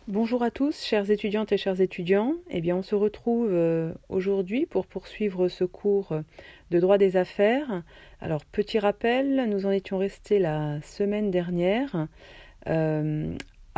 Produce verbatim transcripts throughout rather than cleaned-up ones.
Bonjour à tous, chères étudiantes et chers étudiants. Eh bien, on se retrouve euh, aujourd'hui pour poursuivre ce cours de droit des affaires. Alors, petit rappel, nous en étions restés la semaine dernière euh,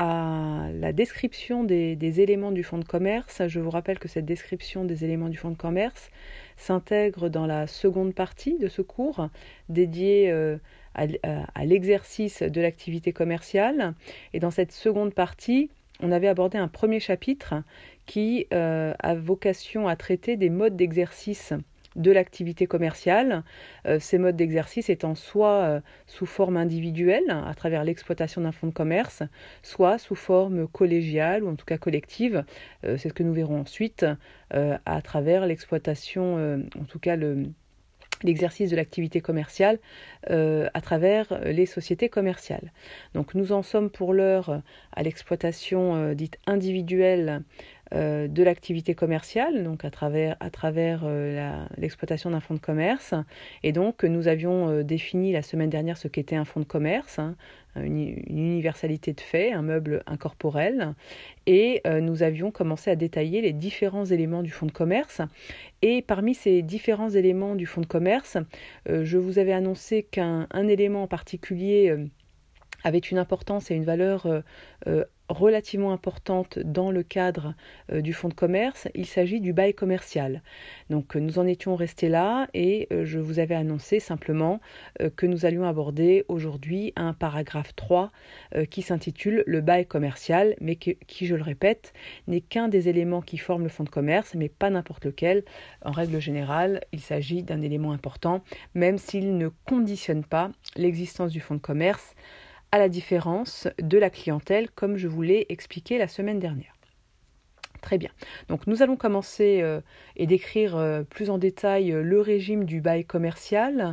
à la description des, des éléments du fonds de commerce. Je vous rappelle que cette description des éléments du fonds de commerce s'intègre dans la seconde partie de ce cours dédiée euh, à, à, à l'exercice de l'activité commerciale. Et dans cette seconde partie, on avait abordé un premier chapitre qui euh, a vocation à traiter des modes d'exercice de l'activité commerciale, euh, ces modes d'exercice étant soit euh, sous forme individuelle, à travers l'exploitation d'un fonds de commerce, soit sous forme collégiale, ou en tout cas collective. Euh, c'est ce que nous verrons ensuite, euh, à travers l'exploitation, euh, en tout cas le... l'exercice de l'activité commerciale euh, à travers les sociétés commerciales. Donc nous en sommes pour l'heure à l'exploitation euh, dite individuelle euh, de l'activité commerciale, donc à travers, à travers euh, la, l'exploitation d'un fonds de commerce. Et donc nous avions euh, défini la semaine dernière ce qu'était un fonds de commerce, hein, une, une universalité de fait, un meuble incorporel. Et euh, nous avions commencé à détailler les différents éléments du fonds de commerce. Et parmi ces différents éléments du fonds de commerce, euh, je vous avais annoncé qu'un un élément en particulier euh, avait une importance et une valeur euh, euh, relativement importante dans le cadre euh, du fonds de commerce. Il s'agit du bail commercial. Donc euh, nous en étions restés là et euh, je vous avais annoncé simplement euh, que nous allions aborder aujourd'hui un paragraphe trois euh, qui s'intitule le bail commercial, mais que, qui, je le répète, n'est qu'un des éléments qui forment le fonds de commerce, mais pas n'importe lequel. En règle générale, il s'agit d'un élément important, même s'il ne conditionne pas l'existence du fonds de commerce, à la différence de la clientèle, comme je vous l'ai expliqué la semaine dernière. Très bien. Donc nous allons commencer euh, et décrire euh, plus en détail euh, le régime du bail commercial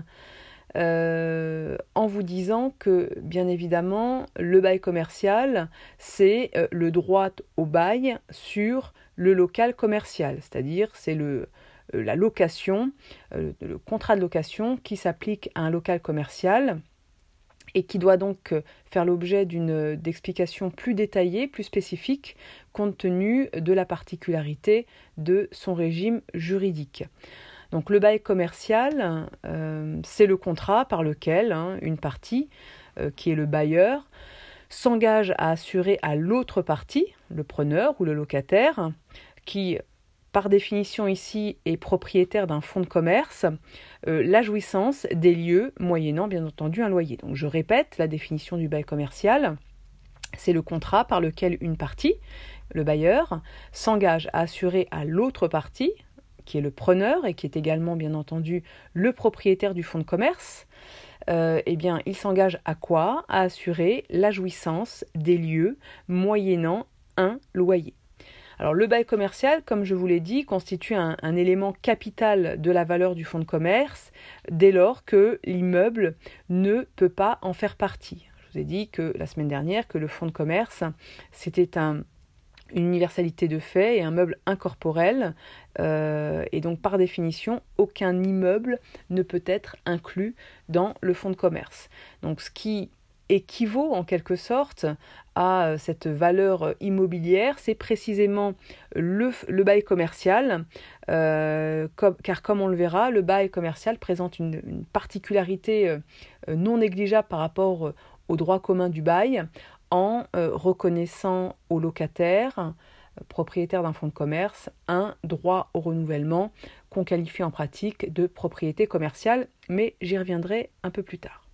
euh, en vous disant que, bien évidemment, le bail commercial, c'est euh, le droit au bail sur le local commercial, c'est-à-dire c'est le, euh, la location, euh, le contrat de location qui s'applique à un local commercial et qui doit donc faire l'objet d'une d'explications plus détaillées, plus spécifiques, compte tenu de la particularité de son régime juridique. Donc le bail commercial, euh, c'est le contrat par lequel hein, une partie, euh, qui est le bailleur, s'engage à assurer à l'autre partie, le preneur ou le locataire, qui par définition ici est propriétaire d'un fonds de commerce, euh, la jouissance des lieux moyennant bien entendu un loyer. Donc je répète, la définition du bail commercial, c'est le contrat par lequel une partie, le bailleur, s'engage à assurer à l'autre partie, qui est le preneur et qui est également bien entendu le propriétaire du fonds de commerce, euh, eh bien il s'engage à quoi ? À assurer la jouissance des lieux moyennant un loyer. Alors le bail commercial, comme je vous l'ai dit, constitue un, un élément capital de la valeur du fonds de commerce dès lors que l'immeuble ne peut pas en faire partie. Je vous ai dit que la semaine dernière que le fonds de commerce, c'était un, une universalité de fait et un meuble incorporel euh, et donc par définition, aucun immeuble ne peut être inclus dans le fonds de commerce. Donc ce qui équivaut en quelque sorte à cette valeur immobilière, c'est précisément le, le bail commercial, euh, comme, car comme on le verra, le bail commercial présente une, une particularité euh, non négligeable par rapport au droit commun du bail, en euh, reconnaissant aux locataires, euh, propriétaires d'un fonds de commerce, un droit au renouvellement qu'on qualifie en pratique de propriété commerciale, mais j'y reviendrai un peu plus tard.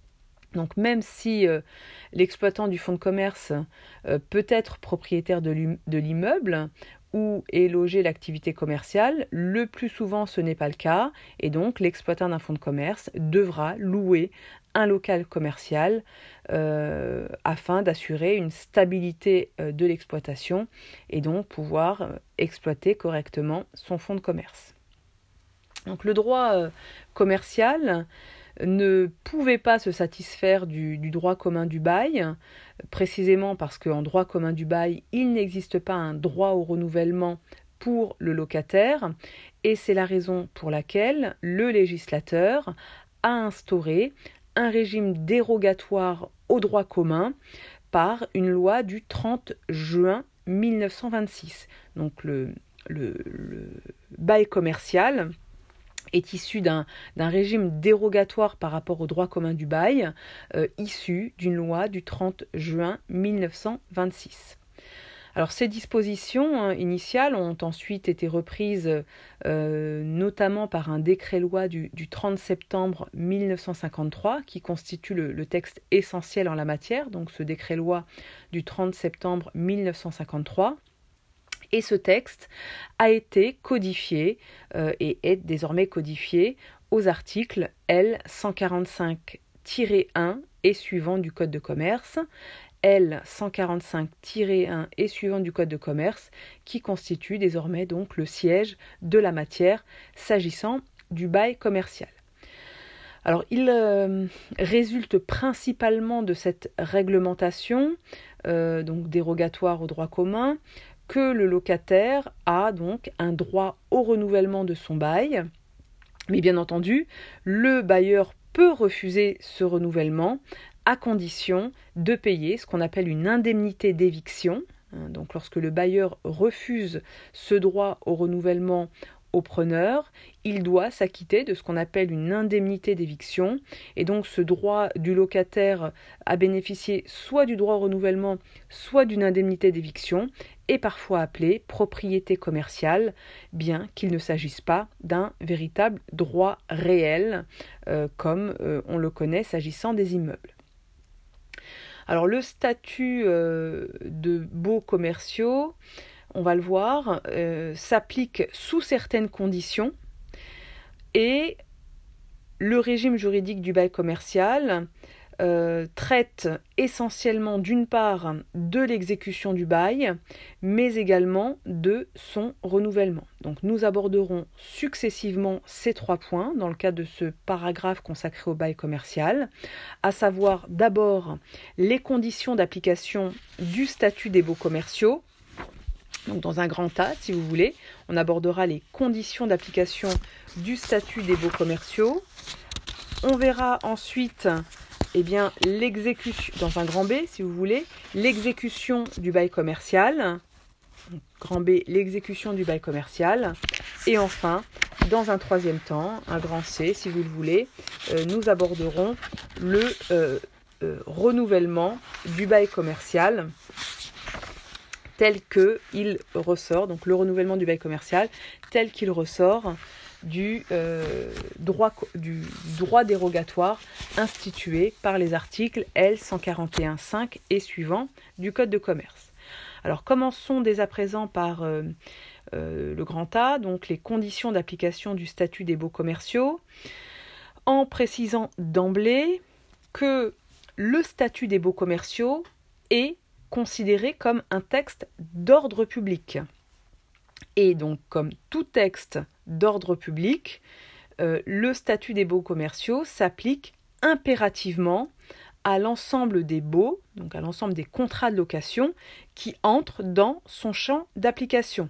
Donc même si euh, l'exploitant du fonds de commerce euh, peut être propriétaire de, de l'immeuble où est logée l'activité commerciale, le plus souvent ce n'est pas le cas et donc l'exploitant d'un fonds de commerce devra louer un local commercial euh, afin d'assurer une stabilité euh, de l'exploitation et donc pouvoir euh, exploiter correctement son fonds de commerce. Donc le droit euh, commercial ne pouvait pas se satisfaire du, du droit commun du bail, précisément parce qu'en droit commun du bail, il n'existe pas un droit au renouvellement pour le locataire, et c'est la raison pour laquelle le législateur a instauré un régime dérogatoire au droit commun par une loi du trente juin mille neuf cent vingt-six. Donc le, le, le bail commercial est issu d'un, d'un régime dérogatoire par rapport au droit commun du bail, euh, issu d'une loi du trente juin mille neuf cent vingt-six. Alors ces dispositions hein, initiales ont ensuite été reprises euh, notamment par un décret-loi du, du trente septembre mille neuf cent cinquante-trois qui constitue le, le texte essentiel en la matière, donc ce décret-loi du trente septembre mille neuf cent cinquante-trois. Et ce texte a été codifié euh, et est désormais codifié aux articles L cent quarante-cinq tiret un et suivants du Code de commerce, L cent quarante-cinq tiret un et suivant du Code de commerce, qui constitue désormais donc le siège de la matière s'agissant du bail commercial. Alors, il euh, résulte principalement de cette réglementation, euh, donc dérogatoire au droit commun, que le locataire a donc un droit au renouvellement de son bail, mais bien entendu, le bailleur peut refuser ce renouvellement à condition de payer ce qu'on appelle une indemnité d'éviction. Donc lorsque le bailleur refuse ce droit au renouvellement au preneur, il doit s'acquitter de ce qu'on appelle une indemnité d'éviction. Et donc ce droit du locataire à bénéficier soit du droit au renouvellement, soit d'une indemnité d'éviction est parfois appelé propriété commerciale, bien qu'il ne s'agisse pas d'un véritable droit réel, euh, comme euh, on le connaît s'agissant des immeubles. Alors le statut euh, de baux commerciaux, on va le voir, euh, s'applique sous certaines conditions et le régime juridique du bail commercial euh, traite essentiellement d'une part de l'exécution du bail, mais également de son renouvellement. Donc nous aborderons successivement ces trois points dans le cadre de ce paragraphe consacré au bail commercial, à savoir d'abord les conditions d'application du statut des baux commerciaux. Donc dans un grand tas, si vous voulez, on abordera les conditions d'application du statut des baux commerciaux. On verra ensuite eh bien, l'exécution, dans un grand B, si vous voulez, l'exécution du bail commercial. Donc, grand B, l'exécution du bail commercial. Et enfin, dans un troisième temps, un grand C, si vous le voulez, euh, nous aborderons le euh, euh, renouvellement du bail commercial tel qu'il ressort, donc le renouvellement du bail commercial, tel qu'il ressort du, euh, droit, du droit dérogatoire institué par les articles L cent quarante et un cinq et suivants du Code de commerce. Alors commençons dès à présent par euh, euh, le grand A, donc les conditions d'application du statut des baux commerciaux, en précisant d'emblée que le statut des baux commerciaux est considéré comme un texte d'ordre public. Et donc, comme tout texte d'ordre public, euh, le statut des baux commerciaux s'applique impérativement à l'ensemble des baux, donc à l'ensemble des contrats de location qui entrent dans son champ d'application.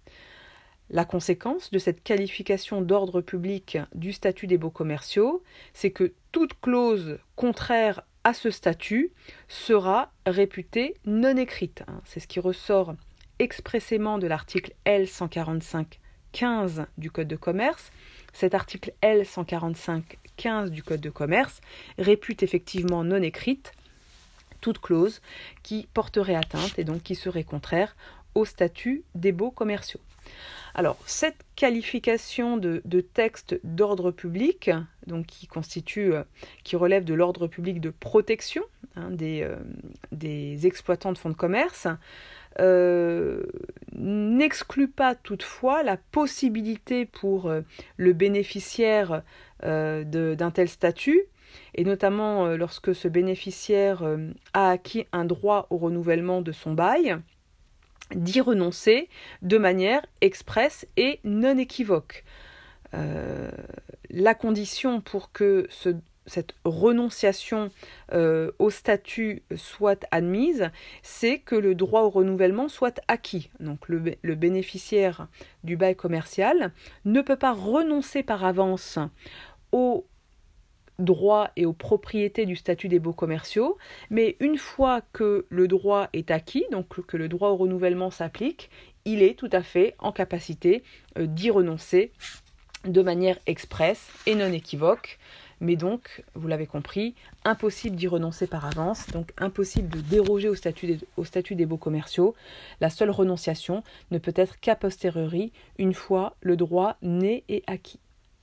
La conséquence de cette qualification d'ordre public du statut des baux commerciaux, c'est que toute clause contraire à ce statut sera réputée non écrite. C'est ce qui ressort expressément de l'article L cent quarante-cinq quinze du Code de commerce. Cet article L cent quarante-cinq quinze du Code de commerce répute effectivement non écrite toute clause qui porterait atteinte et donc qui serait contraire au statut des baux commerciaux. Alors, cette qualification de, de texte d'ordre public, donc qui constitue, euh, qui relève de l'ordre public de protection hein, des, euh, des exploitants de fonds de commerce, euh, n'exclut pas toutefois la possibilité pour euh, le bénéficiaire euh, de, d'un tel statut, et notamment euh, lorsque ce bénéficiaire euh, a acquis un droit au renouvellement de son bail, d'y renoncer de manière expresse et non équivoque. Euh, la condition pour que ce, cette renonciation euh, au statut soit admise, c'est que le droit au renouvellement soit acquis. Donc le, le bénéficiaire du bail commercial ne peut pas renoncer par avance au droits et aux propriétés du statut des baux commerciaux, mais une fois que le droit est acquis, donc que le droit au renouvellement s'applique, il est tout à fait en capacité euh, d'y renoncer de manière expresse et non équivoque. Mais donc, vous l'avez compris, impossible d'y renoncer par avance, donc impossible de déroger au statut des, au statut des baux commerciaux. La seule renonciation ne peut être qu'a posteriori, une fois le droit né et acquis.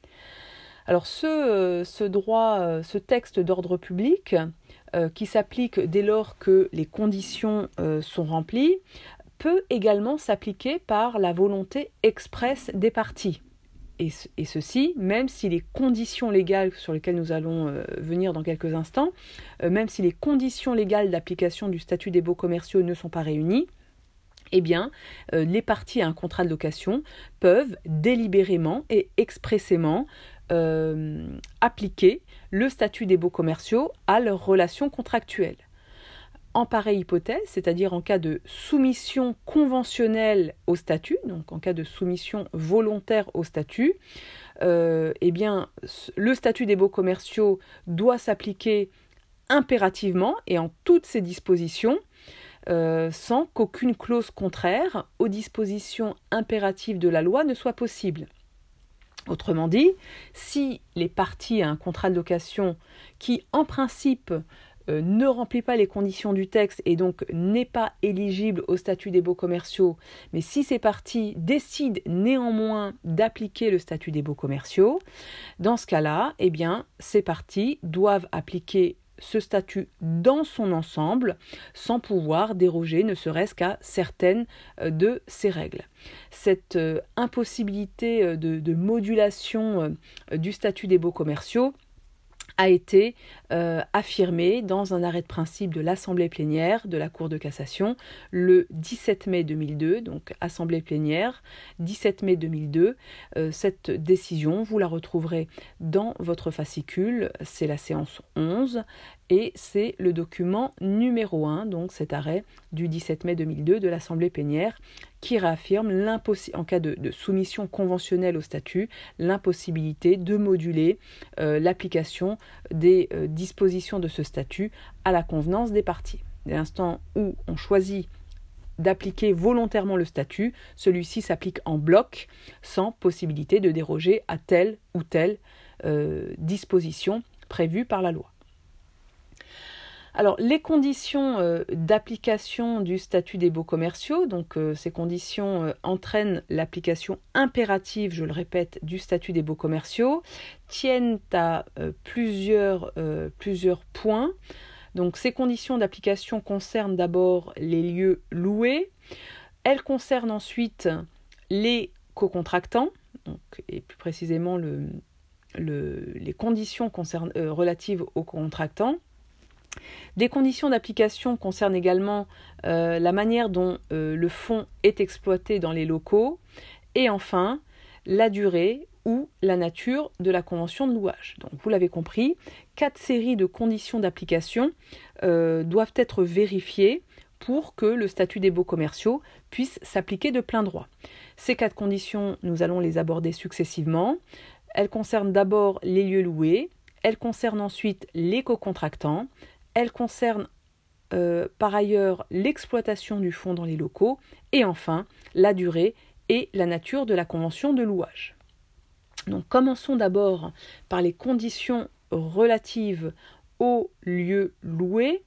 Alors ce, ce droit, ce texte d'ordre public, euh, qui s'applique dès lors que les conditions euh, sont remplies, peut également s'appliquer par la volonté expresse des parties. Et, et ceci, même si les conditions légales sur lesquelles nous allons euh, venir dans quelques instants, euh, même si les conditions légales d'application du statut des baux commerciaux ne sont pas réunies, eh bien, euh, les parties à un contrat de location peuvent délibérément et expressément euh, appliquer le statut des baux commerciaux à leurs relations contractuelles. En pareille hypothèse, c'est-à-dire en cas de soumission conventionnelle au statut, donc en cas de soumission volontaire au statut, euh, eh bien, le statut des baux commerciaux doit s'appliquer impérativement et en toutes ses dispositions, euh, sans qu'aucune clause contraire aux dispositions impératives de la loi ne soit possible. Autrement dit, si les parties à un contrat de location qui, en principe, Euh, ne remplit pas les conditions du texte et donc n'est pas éligible au statut des baux commerciaux, mais si ces parties décident néanmoins d'appliquer le statut des baux commerciaux, dans ce cas-là, eh bien, ces parties doivent appliquer ce statut dans son ensemble sans pouvoir déroger ne serait-ce qu'à certaines de ces règles. Cette euh, impossibilité de, de modulation euh, du statut des baux commerciaux a été euh, affirmé dans un arrêt de principe de l'Assemblée plénière de la Cour de cassation le dix-sept mai deux mille deux, donc Assemblée plénière, dix-sept mai deux mille deux. Euh, cette décision, vous la retrouverez dans votre fascicule, c'est la séance onze, et c'est le document numéro un, donc cet arrêt du dix-sept mai deux mille deux de l'Assemblée plénière, qui réaffirme en cas de, de soumission conventionnelle au statut, l'impossibilité de moduler euh, l'application des euh, dispositions de ce statut à la convenance des parties. Dès l'instant où on choisit d'appliquer volontairement le statut, celui-ci s'applique en bloc, sans possibilité de déroger à telle ou telle euh, disposition prévue par la loi. Alors, les conditions euh, d'application du statut des baux commerciaux, donc euh, ces conditions euh, entraînent l'application impérative, je le répète, du statut des baux commerciaux, tiennent à euh, plusieurs, euh, plusieurs points. Donc, ces conditions d'application concernent d'abord les lieux loués, elles concernent ensuite les cocontractants, donc, et plus précisément le, le, les conditions concernent, euh, relatives aux cocontractants. Des conditions d'application concernent également euh, la manière dont euh, le fonds est exploité dans les locaux et enfin la durée ou la nature de la convention de louage. Donc vous l'avez compris, quatre séries de conditions d'application euh, doivent être vérifiées pour que le statut des baux commerciaux puisse s'appliquer de plein droit. Ces quatre conditions, nous allons les aborder successivement. Elles concernent d'abord les lieux loués, elles concernent ensuite les cocontractants, elles concernent euh, par ailleurs l'exploitation du fonds dans les locaux et enfin la durée et la nature de la convention de louage. Donc commençons d'abord par les conditions relatives aux lieux loués.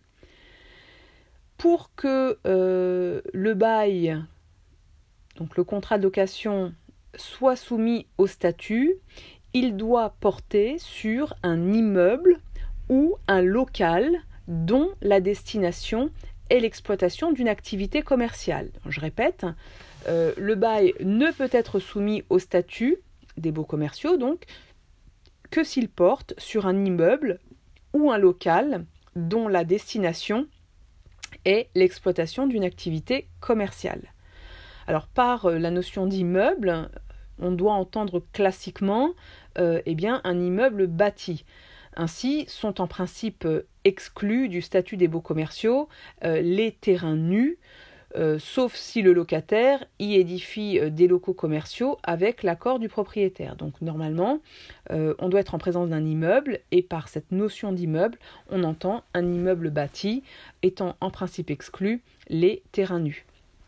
Pour que euh, le bail, donc le contrat de location, soit soumis au statut, il doit porter sur un immeuble ou un local dont la destination est l'exploitation d'une activité commerciale. Je répète, euh, le bail ne peut être soumis au statut des baux commerciaux, donc, que s'il porte sur un immeuble ou un local dont la destination est l'exploitation d'une activité commerciale. Alors, par la notion d'immeuble, on doit entendre classiquement euh, eh bien, un immeuble bâti. Ainsi, sont en principe exclus du statut des baux commerciaux euh, les terrains nus euh, sauf si le locataire y édifie euh, des locaux commerciaux avec l'accord du propriétaire. Donc normalement, euh, on doit être en présence d'un immeuble, et par cette notion d'immeuble, on entend un immeuble bâti, étant en principe exclu les terrains nus.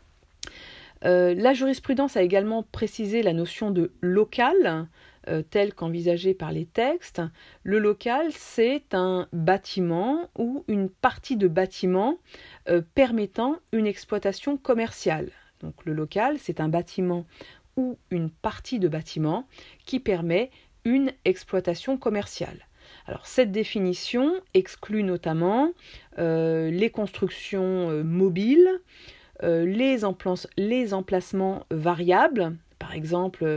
Euh, la jurisprudence a également précisé la notion de local, euh, telle qu'envisagée par les textes. Le local, c'est un bâtiment ou une partie de bâtiment euh, permettant une exploitation commerciale. Donc le local, c'est un bâtiment ou une partie de bâtiment qui permet une exploitation commerciale. Alors cette définition exclut notamment euh, les constructions euh, mobiles, Euh, les, empla- les emplacements variables, par exemple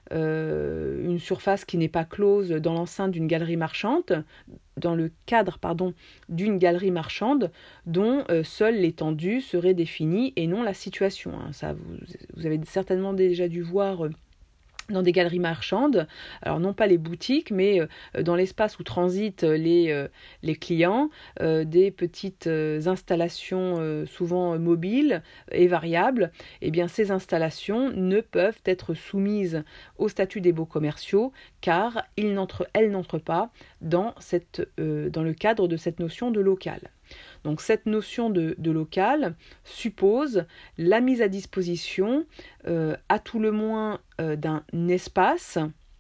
euh, une surface qui n'est pas close dans l'enceinte d'une galerie marchande, dans le cadre pardon, d'une galerie marchande dont euh, seule l'étendue serait définie et non la situation. Hein. Ça, vous, vous avez certainement déjà dû voir euh, dans des galeries marchandes, alors non pas les boutiques, mais euh, dans l'espace où transitent les, euh, les clients, euh, des petites euh, installations euh, souvent mobiles et variables. Eh bien, ces installations ne peuvent être soumises au statut des baux commerciaux car ils n'entrent, elles n'entrent pas dans, cette, euh, dans le cadre de cette notion de local. Donc cette notion de, de local suppose la mise à disposition, euh, à tout le moins euh, d'un espace,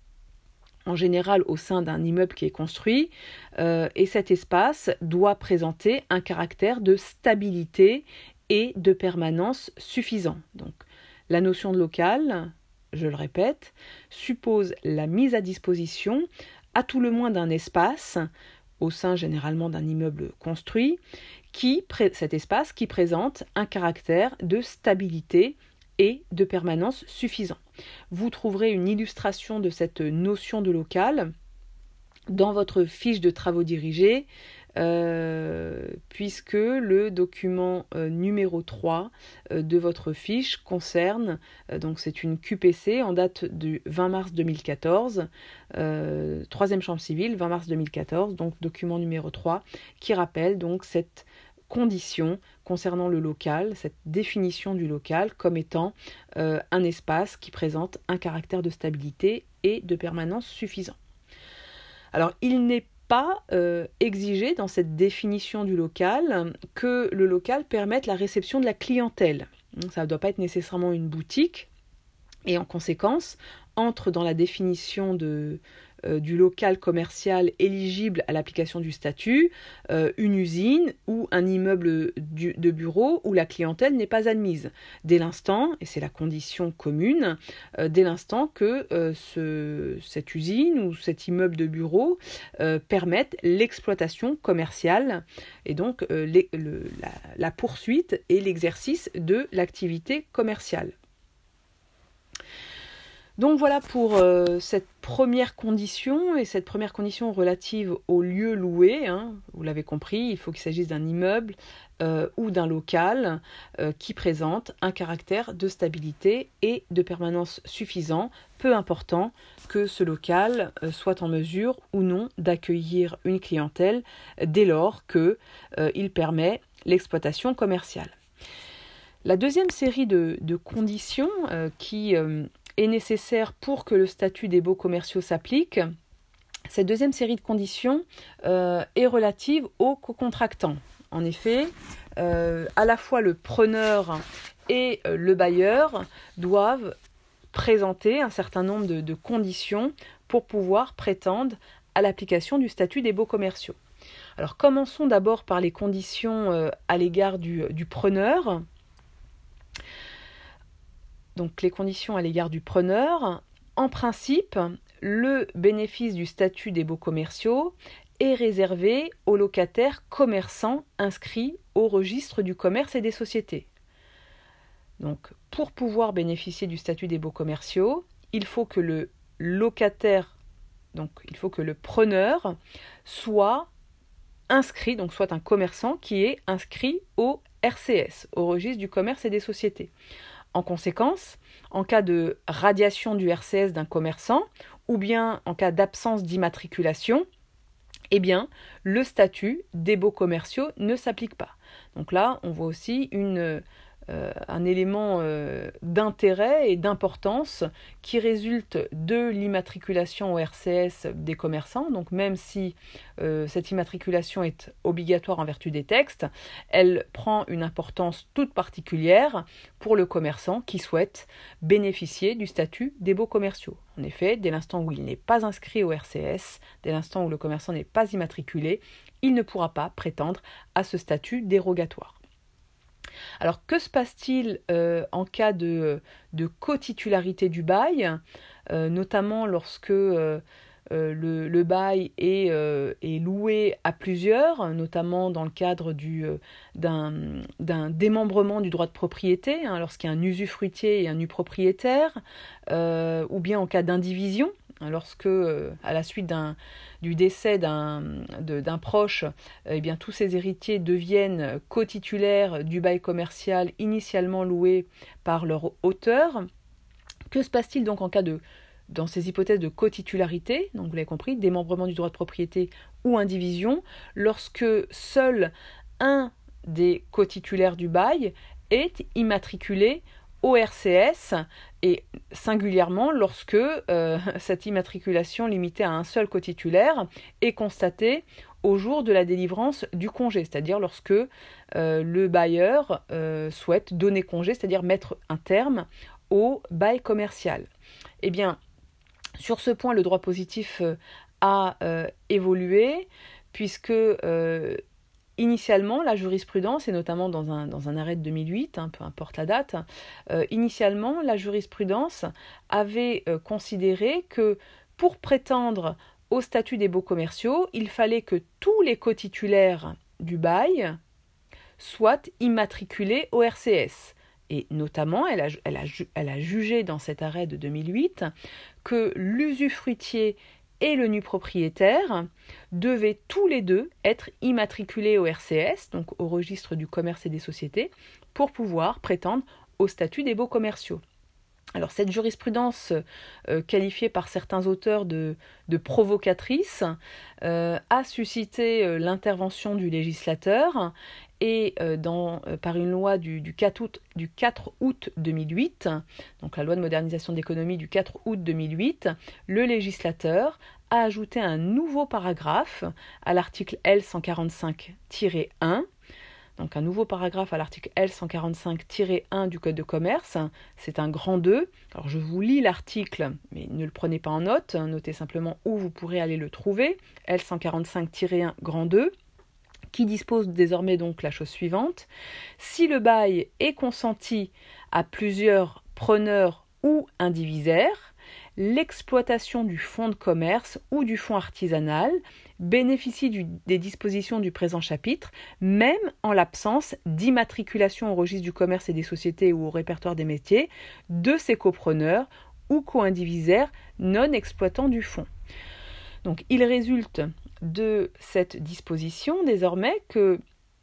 en général au sein d'un immeuble qui est construit, euh, et cet espace doit présenter un caractère de stabilité et de permanence suffisant. Donc la notion de local, je le répète, suppose la mise à disposition, à tout le moins d'un espace, au sein généralement d'un immeuble construit, qui, cet espace qui présente un caractère de stabilité et de permanence suffisant. Vous trouverez une illustration de cette notion de local dans votre fiche de travaux dirigés, euh, puisque le document euh, numéro trois euh, de votre fiche concerne, euh, donc c'est une Q P C en date du vingt mars deux mille quatorze, euh, troisième chambre civile, vingt mars deux mille quatorze, donc document numéro trois, qui rappelle donc cette condition concernant le local, cette définition du local comme étant euh, un espace qui présente un caractère de stabilité et de permanence suffisant. Alors, il n'est pas euh, exigé dans cette définition du local que le local permette la réception de la clientèle. Ça ne doit pas être nécessairement une boutique et en conséquence entre dans la définition de, euh, du local commercial éligible à l'application du statut euh, une usine ou un immeuble du, de bureau où la clientèle n'est pas admise. Dès l'instant, et c'est la condition commune, euh, dès l'instant que euh, ce, cette usine ou cet immeuble de bureau euh, permette l'exploitation commerciale et donc euh, les, le, la, la poursuite et l'exercice de l'activité commerciale. Donc voilà pour euh, cette première condition, et cette première condition relative au lieu loué, hein, vous l'avez compris, il faut qu'il s'agisse d'un immeuble euh, ou d'un local euh, qui présente un caractère de stabilité et de permanence suffisant, peu important que ce local euh, soit en mesure ou non d'accueillir une clientèle dès lors qu'il euh, permet l'exploitation commerciale. La deuxième série de, de conditions euh, qui... Euh, est nécessaire pour que le statut des baux commerciaux s'applique. Cette deuxième série de conditions euh, est relative aux co-contractants. En effet, euh, à la fois le preneur et euh, le bailleur doivent présenter un certain nombre de, de conditions pour pouvoir prétendre à l'application du statut des baux commerciaux. Alors commençons d'abord par les conditions euh, à l'égard du, du preneur. Donc les conditions à l'égard du preneur. En principe, le bénéfice du statut des baux commerciaux est réservé aux locataires commerçants inscrits au registre du commerce et des sociétés. Donc pour pouvoir bénéficier du statut des baux commerciaux, il faut que le locataire, donc il faut que le preneur soit inscrit, donc soit un commerçant qui est inscrit au R C S, au registre du commerce et des sociétés. En conséquence, en cas de radiation du R C S d'un commerçant ou bien en cas d'absence d'immatriculation, eh bien, le statut des baux commerciaux ne s'applique pas. Donc là, on voit aussi une, euh, un élément euh, d'intérêt et d'importance qui résulte de l'immatriculation au R C S des commerçants. Donc même si euh, cette immatriculation est obligatoire en vertu des textes, elle prend une importance toute particulière pour le commerçant qui souhaite bénéficier du statut des baux commerciaux. En effet, dès l'instant où il n'est pas inscrit au R C S, dès l'instant où le commerçant n'est pas immatriculé, il ne pourra pas prétendre à ce statut dérogatoire. Alors que se passe-t-il euh, en cas de, de cotitularité du bail, euh, notamment lorsque euh, euh, le, le bail est, euh, est loué à plusieurs, notamment dans le cadre du, euh, d'un, d'un démembrement du droit de propriété, hein, lorsqu'il y a un usufruitier et un nu-propriétaire, euh, ou bien en cas d'indivision, lorsque, euh, à la suite d'un, du décès d'un, de, d'un proche, eh bien, tous ces héritiers deviennent cotitulaires du bail commercial initialement loué par leur auteur. Que se passe-t-il donc en cas de, dans ces hypothèses de cotitularité, donc vous l'avez compris, démembrement du droit de propriété ou indivision, lorsque seul un des cotitulaires du bail est immatriculé au R C S, et singulièrement lorsque euh, cette immatriculation limitée à un seul cotitulaire est constatée au jour de la délivrance du congé, c'est-à-dire lorsque euh, le bailleur euh, souhaite donner congé, c'est-à-dire mettre un terme au bail commercial. Eh bien, sur ce point, le droit positif euh, a euh, évolué, puisque euh, initialement, la jurisprudence, et notamment dans un, dans un arrêt de deux mille huit, hein, peu importe la date, euh, initialement, la jurisprudence avait euh, considéré que pour prétendre au statut des baux commerciaux, il fallait que tous les cotitulaires du bail soient immatriculés au R C S. Et notamment, elle a, elle, a, elle a jugé dans cet arrêt de deux mille huit que l'usufruitier et le nu-propriétaire devaient tous les deux être immatriculés au R C S, donc au registre du commerce et des sociétés, pour pouvoir prétendre au statut des baux commerciaux. Alors cette jurisprudence euh, qualifiée par certains auteurs de, de provocatrice euh, a suscité euh, l'intervention du législateur et euh, dans, euh, par une loi du, du, quatre août, du quatre août deux mille huit, donc la loi de modernisation de l'économie du quatre août deux mille huit, le législateur a ajouté un nouveau paragraphe à l'article L cent quarante-cinq tiret un. Donc un nouveau paragraphe à l'article L cent quarante-cinq tiret un du Code de commerce, c'est un grand deux. Alors je vous lis l'article, mais ne le prenez pas en note, notez simplement où vous pourrez aller le trouver, L cent quarante-cinq tiret un grand deux, qui dispose désormais donc la chose suivante. Si le bail est consenti à plusieurs preneurs ou indivisaires, l'exploitation du fonds de commerce ou du fonds artisanal bénéficie du, des dispositions du présent chapitre, même en l'absence d'immatriculation au registre du commerce et des sociétés ou au répertoire des métiers de ces copreneurs ou co-indivisaires non exploitants du fonds. Donc il résulte de cette disposition désormais que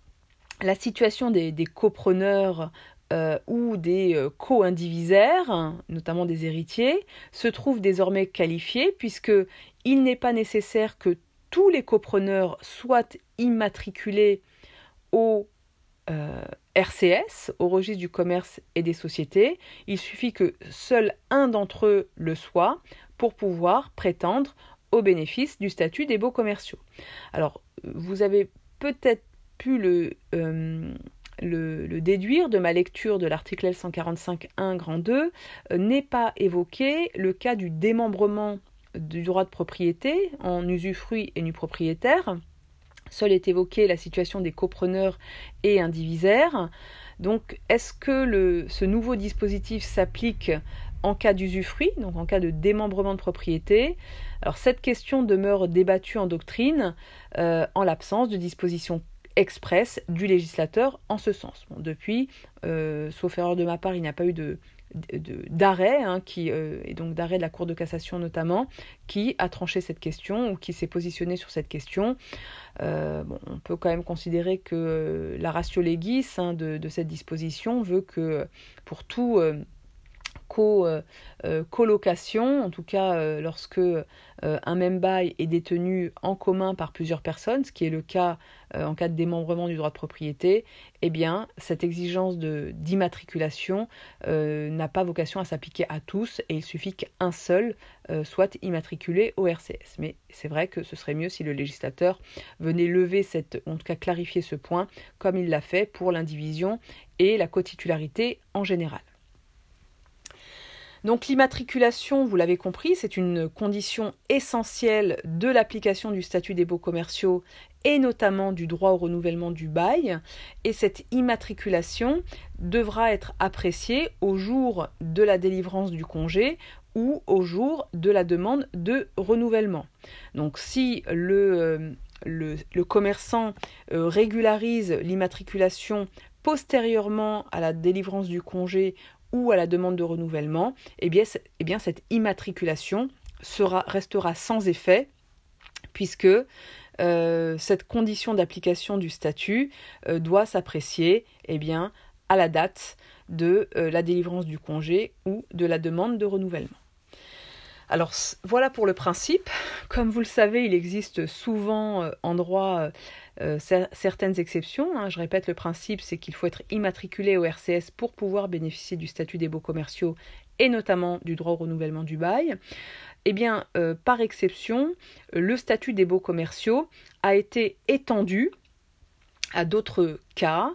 la situation des, des copreneurs Euh, ou des euh, co-indivisaires, hein, notamment des héritiers, se trouvent désormais qualifiés puisqu'il n'est pas nécessaire que tous les copreneurs soient immatriculés au euh, R C S, au registre du commerce et des sociétés. Il suffit que seul un d'entre eux le soit pour pouvoir prétendre au bénéfice du statut des baux commerciaux. Alors, vous avez peut-être pu le... Euh, Le, le déduire de ma lecture de l'article L cent quarante-cinq un grand deux, euh, n'est pas évoqué le cas du démembrement du droit de propriété en usufruit et nu-propriétaire. Seule est évoquée la situation des copreneurs et indivisaires. Donc, est-ce que le, ce nouveau dispositif s'applique en cas d'usufruit, donc en cas de démembrement de propriété? Alors, cette question demeure débattue en doctrine euh, en l'absence de dispositions express du législateur en ce sens. Bon, depuis, euh, sauf erreur de ma part, il n'y a pas eu de, de, d'arrêt, hein, qui, euh, et donc d'arrêt de la Cour de cassation notamment, qui a tranché cette question ou qui s'est positionné sur cette question. Euh, bon, on peut quand même considérer que euh, la ratio legis hein, de, de cette disposition veut que pour tout... Euh, co, euh, euh, colocation, en tout cas euh, lorsque euh, un même bail est détenu en commun par plusieurs personnes, ce qui est le cas euh, en cas de démembrement du droit de propriété, eh bien cette exigence de, d'immatriculation euh, n'a pas vocation à s'appliquer à tous et il suffit qu'un seul euh, soit immatriculé au R C S. Mais c'est vrai que ce serait mieux si le législateur venait lever cette, en tout cas clarifier ce point, comme il l'a fait pour l'indivision et la cotitularité en général. Donc l'immatriculation, vous l'avez compris, c'est une condition essentielle de l'application du statut des baux commerciaux et notamment du droit au renouvellement du bail. Et cette immatriculation devra être appréciée au jour de la délivrance du congé ou au jour de la demande de renouvellement. Donc si le, euh, le, le commerçant euh, régularise l'immatriculation postérieurement à la délivrance du congé ou à la demande de renouvellement, eh bien, eh bien cette immatriculation sera, restera sans effet puisque euh, cette condition d'application du statut euh, doit s'apprécier eh bien, à la date de euh, la délivrance du congé ou de la demande de renouvellement. Alors voilà pour le principe. Comme vous le savez, il existe souvent euh, en droit euh, euh, certaines exceptions. Hein. Je répète, le principe, c'est qu'il faut être immatriculé au R C S pour pouvoir bénéficier du statut des baux commerciaux et notamment du droit au renouvellement du bail. Eh bien, euh, par exception, le statut des baux commerciaux a été étendu à d'autres cas.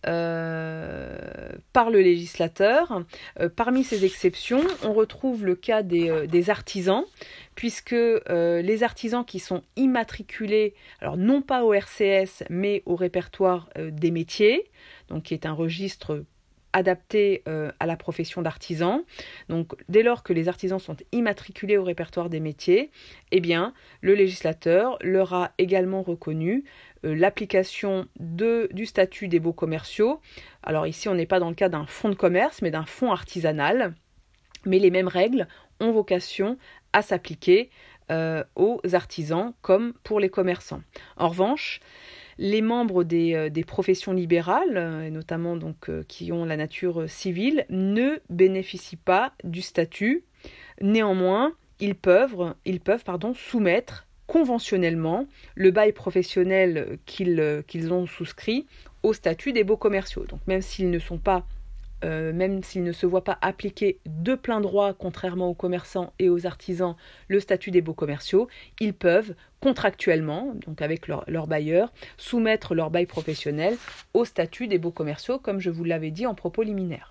Euh, par le législateur. Euh, parmi ces exceptions, on retrouve le cas des, euh, des artisans, puisque euh, les artisans qui sont immatriculés, alors non pas au R C S, mais au répertoire euh, des métiers, donc qui est un registre adapté euh, à la profession d'artisan. Donc, dès lors que les artisans sont immatriculés au répertoire des métiers, eh bien, le législateur leur a également reconnu euh, l'application de, du statut des baux commerciaux. Alors ici, on n'est pas dans le cas d'un fonds de commerce, mais d'un fonds artisanal. Mais les mêmes règles ont vocation à s'appliquer euh, aux artisans comme pour les commerçants. En revanche, les membres des, euh, des professions libérales, euh, et notamment donc, euh, qui ont la nature civile, ne bénéficient pas du statut. Néanmoins, ils peuvent, ils peuvent pardon, soumettre conventionnellement le bail professionnel qu'ils, euh, qu'ils ont souscrit au statut des baux commerciaux. Donc même s'ils ne sont pas Euh, même s'ils ne se voient pas appliquer de plein droit, contrairement aux commerçants et aux artisans, le statut des baux commerciaux, ils peuvent contractuellement, donc avec leur, leur bailleur, soumettre leur bail professionnel au statut des baux commerciaux, comme je vous l'avais dit en propos liminaire.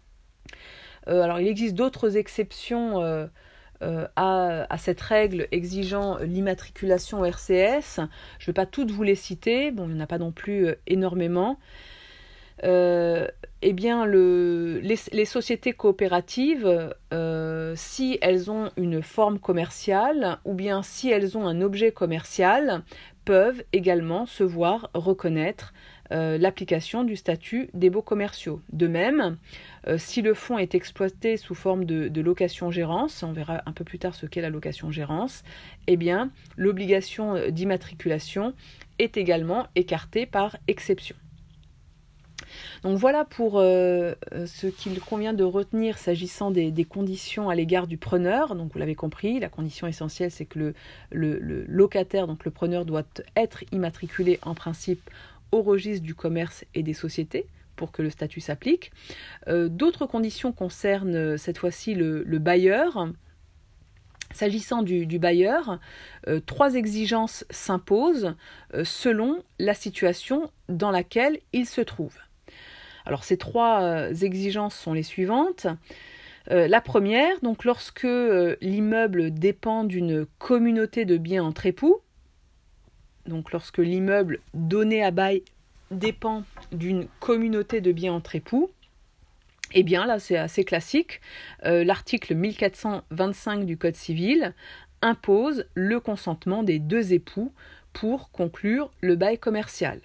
Euh, alors il existe d'autres exceptions euh, euh, à, à cette règle exigeant l'immatriculation au R C S. Je ne vais pas toutes vous les citer, bon, il n'y en a pas non plus euh, énormément. Euh, eh bien, le, les, les sociétés coopératives, euh, si elles ont une forme commerciale ou bien si elles ont un objet commercial, peuvent également se voir reconnaître euh, l'application du statut des baux commerciaux. De même, euh, si le fonds est exploité sous forme de, de location-gérance, on verra un peu plus tard ce qu'est la location-gérance, eh bien, l'obligation d'immatriculation est également écartée par exception. Donc voilà pour euh, ce qu'il convient de retenir s'agissant des, des conditions à l'égard du preneur. Donc vous l'avez compris, la condition essentielle c'est que le, le, le locataire, donc le preneur, doit être immatriculé en principe au registre du commerce et des sociétés pour que le statut s'applique. Euh, d'autres conditions concernent cette fois-ci le, le bailleur. S'agissant du, du bailleur, euh, trois exigences s'imposent euh, selon la situation dans laquelle il se trouve. Alors ces trois euh, exigences sont les suivantes. Euh, la première, donc lorsque euh, l'immeuble dépend d'une communauté de biens entre époux, donc lorsque l'immeuble donné à bail dépend d'une communauté de biens entre époux, eh bien là c'est assez classique, euh, l'article mille quatre cent vingt-cinq du Code civil impose le consentement des deux époux pour conclure le bail commercial.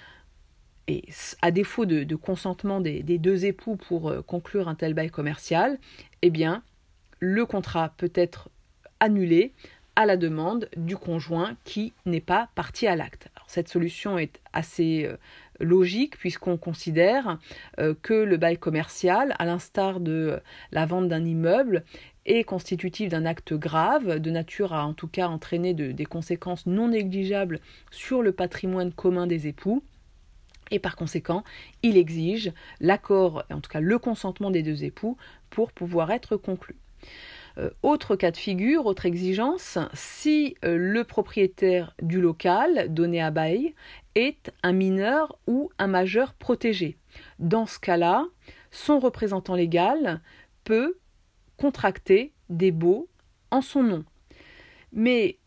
Et à défaut de, de consentement des, des deux époux pour euh, conclure un tel bail commercial, eh bien, le contrat peut être annulé à la demande du conjoint qui n'est pas partie à l'acte. Alors, cette solution est assez euh, logique puisqu'on considère euh, que le bail commercial, à l'instar de euh, la vente d'un immeuble, est constitutif d'un acte grave, de nature à en tout cas entraîner de, des conséquences non négligeables sur le patrimoine commun des époux. Et par conséquent, il exige l'accord, en tout cas le consentement des deux époux, pour pouvoir être conclu. Euh, autre cas de figure, autre exigence, si euh, le propriétaire du local donné à bail est un mineur ou un majeur protégé. Dans ce cas-là, son représentant légal peut contracter des baux en son nom. Mais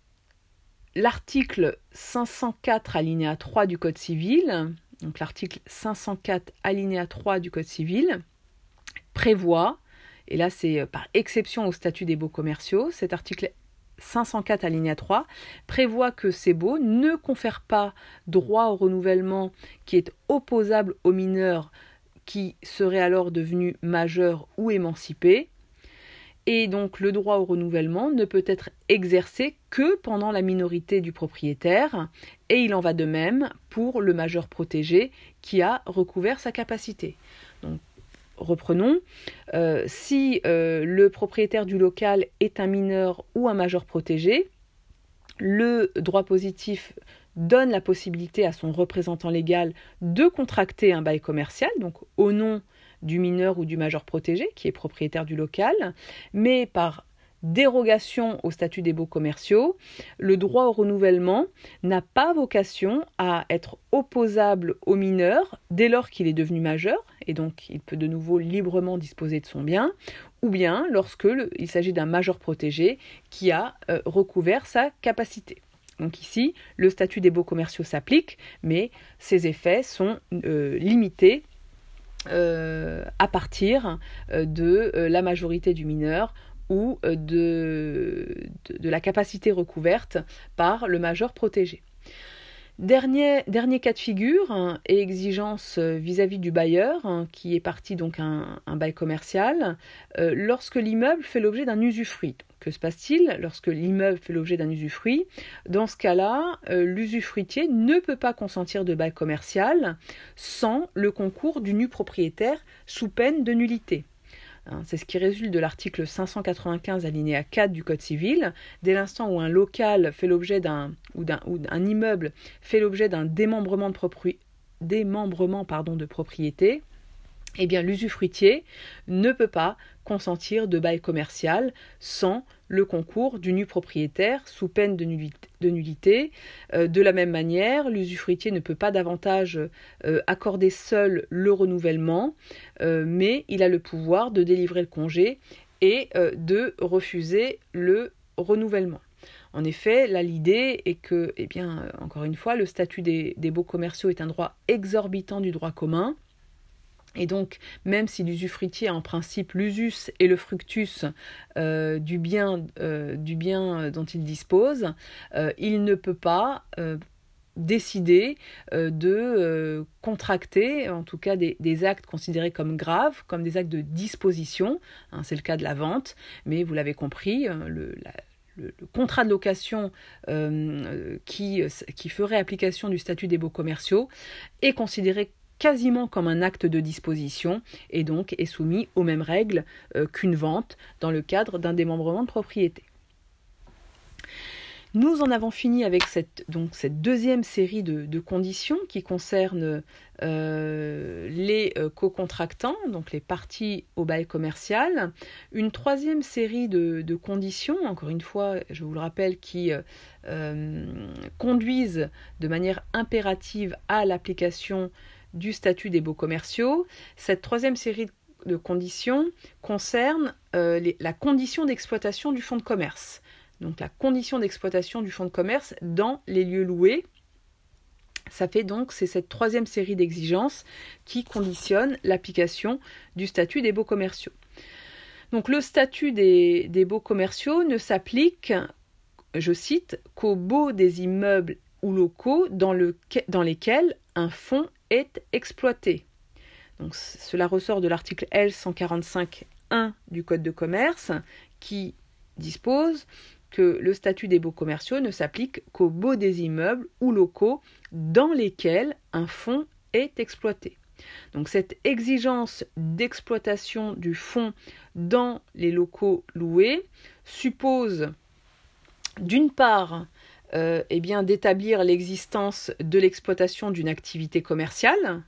l'article cinq cent quatre alinéa trois du Code civil, donc l'article cinq cent quatre alinéa trois du Code civil, prévoit, et là c'est par exception au statut des baux commerciaux, cet article cinq cent quatre alinéa trois prévoit que ces baux ne confèrent pas droit au renouvellement qui est opposable aux mineurs qui seraient alors devenus majeurs ou émancipés. Et donc le droit au renouvellement ne peut être exercé que pendant la minorité du propriétaire, et il en va de même pour le majeur protégé qui a recouvert sa capacité. Donc, reprenons, euh, si euh, le propriétaire du local est un mineur ou un majeur protégé, le droit positif donne la possibilité à son représentant légal de contracter un bail commercial, donc au nom du mineur ou du majeur protégé qui est propriétaire du local, mais par dérogation au statut des baux commerciaux, le droit au renouvellement n'a pas vocation à être opposable au mineur dès lors qu'il est devenu majeur, et donc il peut de nouveau librement disposer de son bien, ou bien lorsque le, il s'agit d'un majeur protégé qui a euh, recouvert sa capacité. Donc ici, le statut des baux commerciaux s'applique, mais ses effets sont euh, limités Euh, à partir euh, de euh, la majorité du mineur ou euh, de, de, de la capacité recouverte par le majeur protégé. Dernier, dernier cas de figure hein, et exigence vis-à-vis du bailleur, hein, qui est parti donc un, un bail commercial, euh, lorsque l'immeuble fait l'objet d'un usufruit. Que se passe-t-il lorsque l'immeuble fait l'objet d'un usufruit ? Dans ce cas-là, euh, l'usufruitier ne peut pas consentir de bail commercial sans le concours du nu propriétaire sous peine de nullité. C'est ce qui résulte de l'article cinq cent quatre-vingt-quinze alinéa quatre du Code civil. Dès l'instant où un local fait l'objet d'un ou d'un ou un immeuble fait l'objet d'un démembrement de, propri, démembrement, pardon, de propriété, eh bien l'usufruitier ne peut pas consentir de bail commercial sans le concours du nu propriétaire sous peine de nullité. De, nullité. Euh, de la même manière, l'usufruitier ne peut pas davantage euh, accorder seul le renouvellement, euh, mais il a le pouvoir de délivrer le congé et euh, de refuser le renouvellement. En effet, là l'idée est que, eh bien, encore une fois, le statut des, des baux commerciaux est un droit exorbitant du droit commun. Et donc, même si l'usufruitier a en principe l'usus et le fructus euh, du, bien, euh, du bien dont il dispose, euh, il ne peut pas euh, décider euh, de euh, contracter, en tout cas des, des actes considérés comme graves, comme des actes de disposition. Hein, c'est le cas de la vente, mais vous l'avez compris, le, la, Le, le contrat de location euh, qui, qui ferait application du statut des baux commerciaux est considéré quasiment comme un acte de disposition et donc est soumis aux mêmes règles euh, qu'une vente dans le cadre d'un démembrement de propriété. Nous en avons fini avec cette, donc, cette deuxième série de, de conditions qui concernent euh, les euh, co-contractants, donc les parties au bail commercial. Une troisième série de, de conditions, encore une fois, je vous le rappelle, qui euh, conduisent de manière impérative à l'application du statut des baux commerciaux. Cette troisième série de conditions concerne euh, les, la condition d'exploitation du fonds de commerce. Donc la condition d'exploitation du fonds de commerce dans les lieux loués. Ça fait donc, c'est cette troisième série d'exigences qui conditionne l'application du statut des baux commerciaux. Donc le statut des, des baux commerciaux ne s'applique, je cite, qu'aux baux des immeubles ou locaux dans, le, dans lesquels un fonds est exploité. Donc cela ressort de l'article L cent quarante-cinq un du Code de commerce qui dispose que le statut des baux commerciaux ne s'applique qu'aux baux des immeubles ou locaux dans lesquels un fonds est exploité. Donc cette exigence d'exploitation du fonds dans les locaux loués suppose d'une part euh, eh bien, d'établir l'existence de l'exploitation d'une activité commerciale.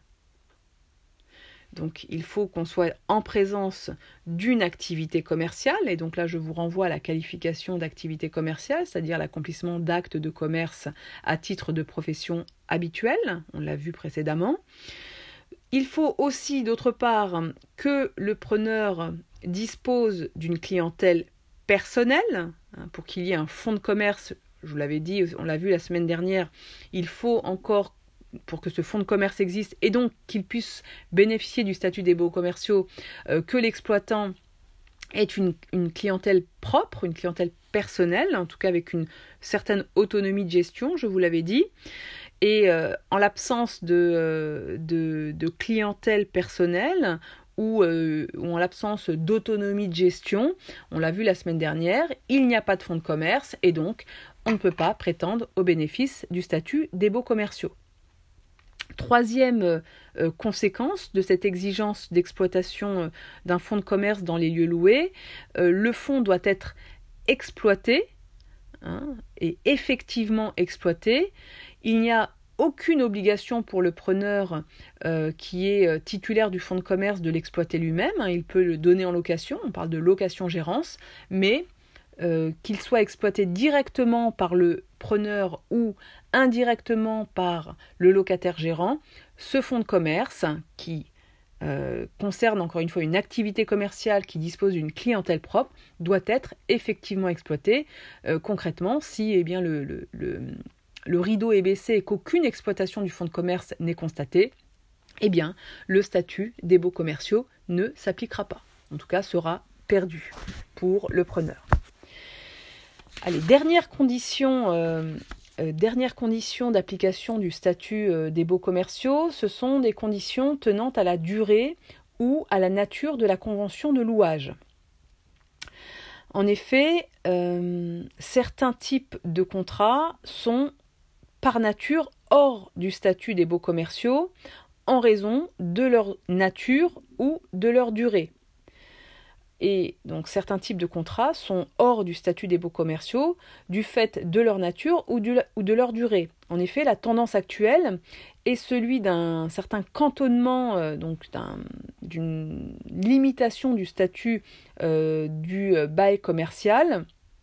Donc il faut qu'on soit en présence d'une activité commerciale, et donc là je vous renvoie à la qualification d'activité commerciale, c'est-à-dire l'accomplissement d'actes de commerce à titre de profession habituelle, on l'a vu précédemment. Il faut aussi d'autre part que le preneur dispose d'une clientèle personnelle, pour qu'il y ait un fonds de commerce, je vous l'avais dit, on l'a vu la semaine dernière, il faut encore pour que ce fonds de commerce existe et donc qu'il puisse bénéficier du statut des baux commerciaux, euh, que l'exploitant ait une, une clientèle propre, une clientèle personnelle, en tout cas avec une certaine autonomie de gestion, je vous l'avais dit. Et euh, en l'absence de, euh, de, de clientèle personnelle ou, euh, ou en l'absence d'autonomie de gestion, on l'a vu la semaine dernière, il n'y a pas de fonds de commerce et donc on ne peut pas prétendre au bénéfice du statut des baux commerciaux. Troisième euh, conséquence de cette exigence d'exploitation euh, d'un fonds de commerce dans les lieux loués, euh, le fonds doit être exploité hein, et effectivement exploité. Il n'y a aucune obligation pour le preneur euh, qui est titulaire du fonds de commerce de l'exploiter lui-même. Hein, il peut le donner en location, on parle de location-gérance, mais euh, qu'il soit exploité directement par le preneur ou indirectement par le locataire gérant, ce fonds de commerce qui euh, concerne encore une fois une activité commerciale qui dispose d'une clientèle propre doit être effectivement exploité. Euh, concrètement, si eh bien, le, le, le, le rideau est baissé et qu'aucune exploitation du fonds de commerce n'est constatée, eh bien, le statut des baux commerciaux ne s'appliquera pas. En tout cas, sera perdu pour le preneur. Allez, dernière condition, euh, euh, dernière condition d'application du statut euh, des baux commerciaux, ce sont des conditions tenant à la durée ou à la nature de la convention de louage. En effet, euh, certains types de contrats sont par nature hors du statut des baux commerciaux en raison de leur nature ou de leur durée. Et donc certains types de contrats sont hors du statut des baux commerciaux du fait de leur nature ou, du, ou de leur durée. En effet, la tendance actuelle est celui d'un certain cantonnement, euh, donc d'un, d'une limitation du statut euh, du bail commercial,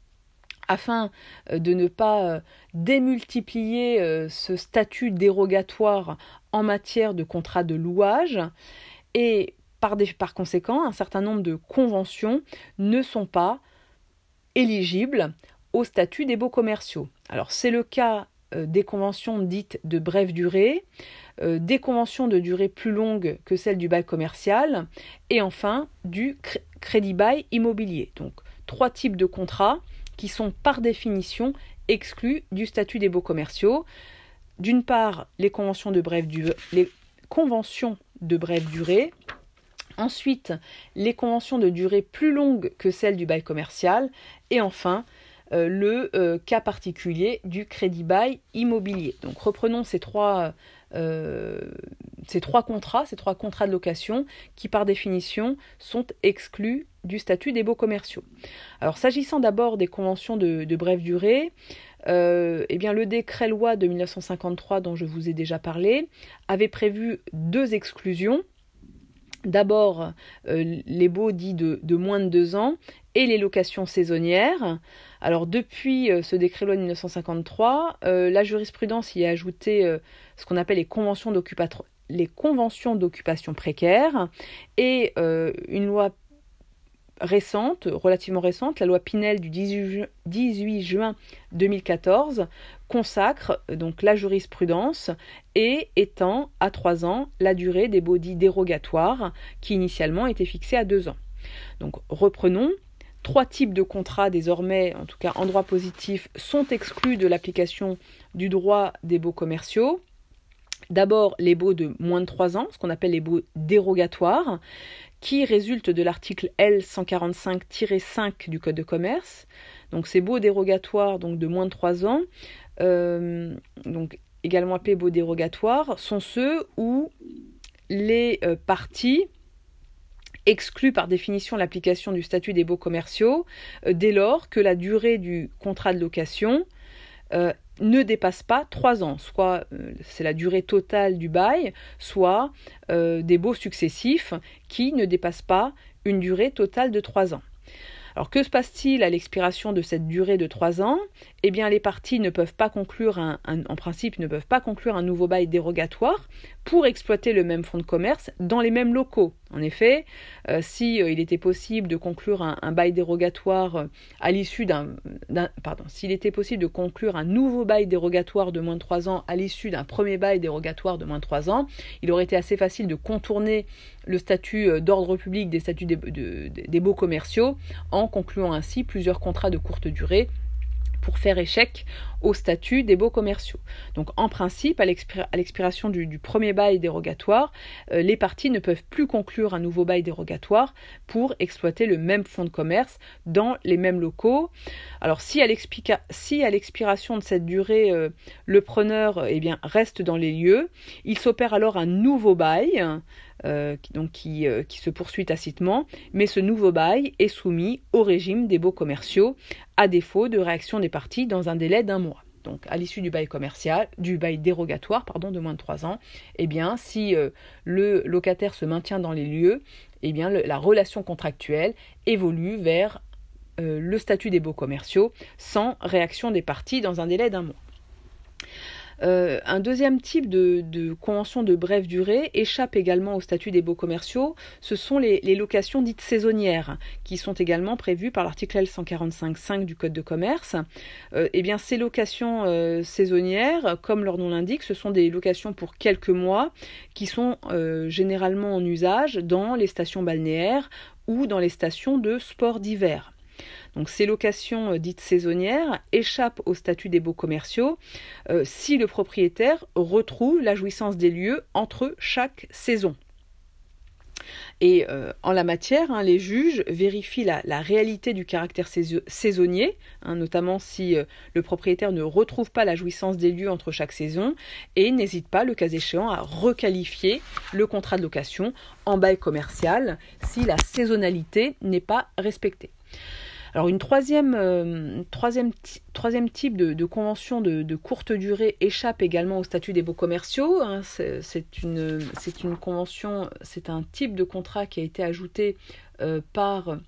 afin de ne pas démultiplier euh, ce statut dérogatoire en matière de contrat de louage. Et Par, des, par conséquent, un certain nombre de conventions ne sont pas éligibles au statut des baux commerciaux. Alors, c'est le cas euh, des conventions dites de brève durée, euh, des conventions de durée plus longue que celle du bail commercial, et enfin du cr- crédit-bail immobilier. Donc, trois types de contrats qui sont par définition exclus du statut des baux commerciaux. D'une part, les conventions de brève, du- les conventions de brève durée. Ensuite, les conventions de durée plus longue que celles du bail commercial. Et enfin, euh, le euh, cas particulier du crédit-bail immobilier. Donc reprenons ces trois, euh, ces trois contrats, ces trois contrats de location qui par définition sont exclus du statut des baux commerciaux. Alors s'agissant d'abord des conventions de, de brève durée, euh, eh bien, le décret loi de dix-neuf cent cinquante-trois dont je vous ai déjà parlé avait prévu deux exclusions. D'abord, euh, les baux dits de, de moins de deux ans et les locations saisonnières. Alors, depuis euh, ce décret loi de dix-neuf cent cinquante-trois, euh, la jurisprudence y a ajouté euh, ce qu'on appelle les conventions d'occupation, les conventions d'occupation précaire et euh, une loi récente, relativement récente, la loi Pinel du dix-huit juin deux mille quatorze consacre donc la jurisprudence et étend à trois ans la durée des baux dits dérogatoires qui initialement étaient fixés à deux ans. Donc reprenons, trois types de contrats désormais, en tout cas en droit positif, sont exclus de l'application du droit des baux commerciaux. D'abord les baux de moins de trois ans, ce qu'on appelle les baux dérogatoires, qui résulte de l'article L cent quarante-cinq tiret cinq du Code de commerce. Donc ces baux dérogatoires donc de moins de trois ans, euh, donc également appelés baux dérogatoires, sont ceux où les euh, parties excluent par définition l'application du statut des baux commerciaux euh, dès lors que la durée du contrat de location euh, ne dépasse pas trois ans, soit euh, c'est la durée totale du bail, soit euh, des baux successifs qui ne dépassent pas une durée totale de trois ans. Alors que se passe-t-il à l'expiration de cette durée de trois ans ? Eh bien les parties ne peuvent pas conclure, un, un, en principe, ne peuvent pas conclure un nouveau bail dérogatoire pour exploiter le même fonds de commerce dans les mêmes locaux. En effet, euh, si euh, il était possible de conclure un, un bail dérogatoire euh, à l'issue d'un, d'un pardon, s'il était possible de conclure un nouveau bail dérogatoire de moins de trois ans à l'issue d'un premier bail dérogatoire de moins de trois ans, il aurait été assez facile de contourner le statut euh, d'ordre public des statuts des, de, de, des baux commerciaux en concluant ainsi plusieurs contrats de courte durée pour faire échec au statut des baux commerciaux. Donc en principe, à, l'expira- à l'expiration du, du premier bail dérogatoire, euh, les parties ne peuvent plus conclure un nouveau bail dérogatoire pour exploiter le même fonds de commerce dans les mêmes locaux. Alors si à, l'explica- si à l'expiration de cette durée, euh, le preneur euh, eh bien, reste dans les lieux, il s'opère alors un nouveau bail, Euh, qui, donc qui, euh, qui se poursuit tacitement, mais ce nouveau bail est soumis au régime des baux commerciaux, à défaut de réaction des parties dans un délai d'un mois. Donc à l'issue du bail commercial, du bail dérogatoire, pardon, de moins de trois ans, eh bien si euh, le locataire se maintient dans les lieux, eh bien le, la relation contractuelle évolue vers euh, le statut des baux commerciaux sans réaction des parties dans un délai d'un mois. Euh, un deuxième type de, de convention de brève durée échappe également au statut des baux commerciaux. Ce sont les, les locations dites saisonnières, qui sont également prévues par l'article L cent quarante-cinq tiret cinq du Code de commerce. Euh, eh bien, ces locations euh, saisonnières, comme leur nom l'indique, ce sont des locations pour quelques mois qui sont euh, généralement en usage dans les stations balnéaires ou dans les stations de sport d'hiver. Donc ces locations euh, dites saisonnières échappent au statut des baux commerciaux euh, si le propriétaire retrouve la jouissance des lieux entre chaque saison. Et euh, en la matière, hein, les juges vérifient la, la réalité du caractère sais- saisonnier, hein, notamment si euh, le propriétaire ne retrouve pas la jouissance des lieux entre chaque saison, et n'hésite pas, le cas échéant, à requalifier le contrat de location en bail commercial si la saisonnalité n'est pas respectée. Alors une troisième, euh, troisième, troisième type de, de convention de, de courte durée échappe également au statut des baux commerciaux. Hein. C'est, c'est, une, c'est une convention, c'est un type de contrat qui a été ajouté euh, par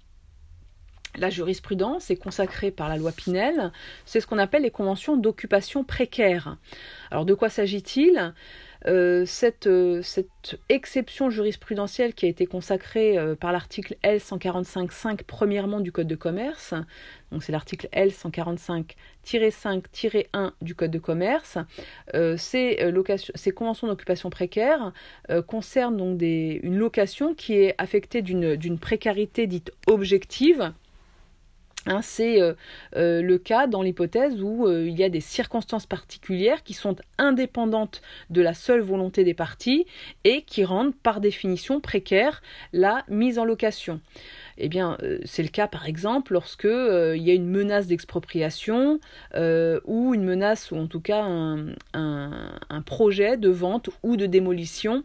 la jurisprudence et consacré par la loi Pinel. C'est ce qu'on appelle les conventions d'occupation précaire. Alors de quoi s'agit-il ? Euh, cette, euh, cette exception jurisprudentielle qui a été consacrée euh, par l'article L cent quarante-cinq tiret cinq premièrement du Code de commerce, donc c'est l'article L cent quarante-cinq tiret cinq tiret un du Code de commerce, euh, ces, euh, locations, ces conventions d'occupation précaire euh, concernent donc des, une location qui est affectée d'une, d'une précarité dite objective. Hein, c'est euh, euh, le cas dans l'hypothèse où euh, il y a des circonstances particulières qui sont indépendantes de la seule volonté des parties et qui rendent par définition précaire la mise en location. Eh bien, euh, c'est le cas par exemple lorsque euh, il y a une menace d'expropriation euh, ou une menace ou en tout cas un, un, un projet de vente ou de démolition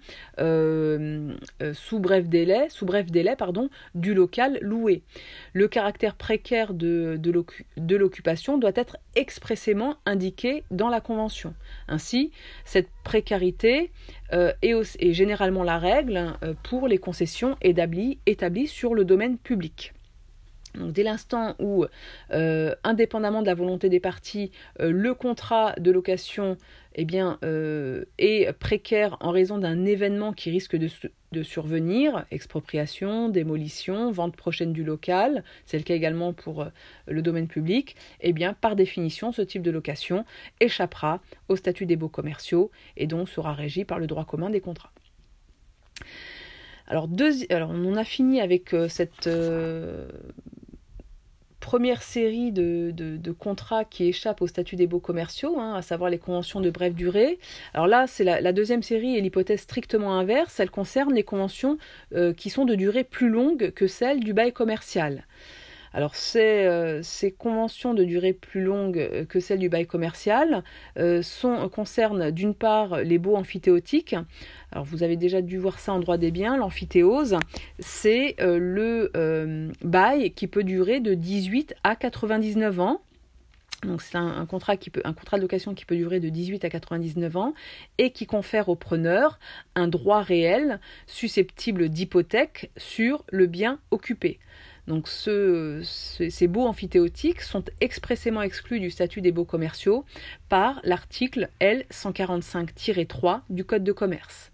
euh, euh, sous bref délai, sous bref délai pardon, du local loué. Le caractère précaire de, de, l'occu- de l'occupation doit être expressément indiqué dans la convention. Ainsi, cette précarité euh, est, aussi, est généralement la règle euh, pour les concessions établies, établies sur le domaine public. Donc dès l'instant où, euh, indépendamment de la volonté des parties, euh, le contrat de location eh bien, euh, est précaire en raison d'un événement qui risque de, de survenir, expropriation, démolition, vente prochaine du local, c'est le cas également pour euh, le domaine public, eh bien, par définition, ce type de location échappera au statut des baux commerciaux et donc sera régi par le droit commun des contrats. Alors, deux, alors on en a fini avec euh, cette... Euh, première série de, de, de contrats qui échappent au statut des baux commerciaux, hein, à savoir les conventions de brève durée. Alors là, c'est la, la deuxième série et l'hypothèse strictement inverse. Elle concerne les conventions euh, qui sont de durée plus longue que celle du bail commercial. Alors ces, euh, ces conventions de durée plus longue que celle du bail commercial euh, sont, concernent d'une part les baux amphithéotiques. Alors vous avez déjà dû voir ça en droit des biens. L'amphithéose, c'est euh, le euh, bail qui peut durer de dix-huit à quatre-vingt-dix-neuf ans. Donc c'est un, un, contrat qui peut, un contrat de location qui peut durer de dix-huit à quatre-vingt-dix-neuf ans et qui confère au preneur un droit réel susceptible d'hypothèque sur le bien occupé. Donc ce, ce, ces baux amphithéotiques sont expressément exclus du statut des baux commerciaux par l'article L cent quarante-cinq tiret trois du Code de commerce.